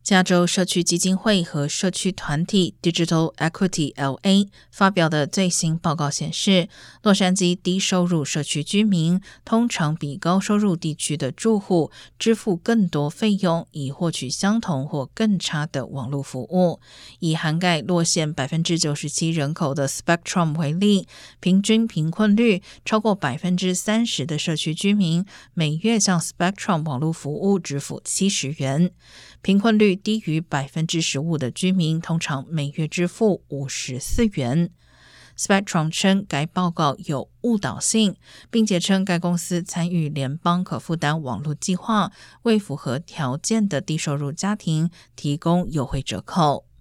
加州社区基金会和社区团体 Digital Equity LA 发表的最新报告显示，洛杉矶低收入社区居民通常比高收入地区的住户支付更多费用，以获取相同或更差的网络服务。以涵盖洛县 97% 人口的 Spectrum 为例，平均贫困率超过 30% 的社区居民每月向 Spectrum 网络服务支付70元，贫困率低于 15% 的居民通常每月支付54元。Spectrum 称该报告有误导性，并且称该公司参与联邦可负担网络计划，为符合条件的低收入家庭提供优惠折扣。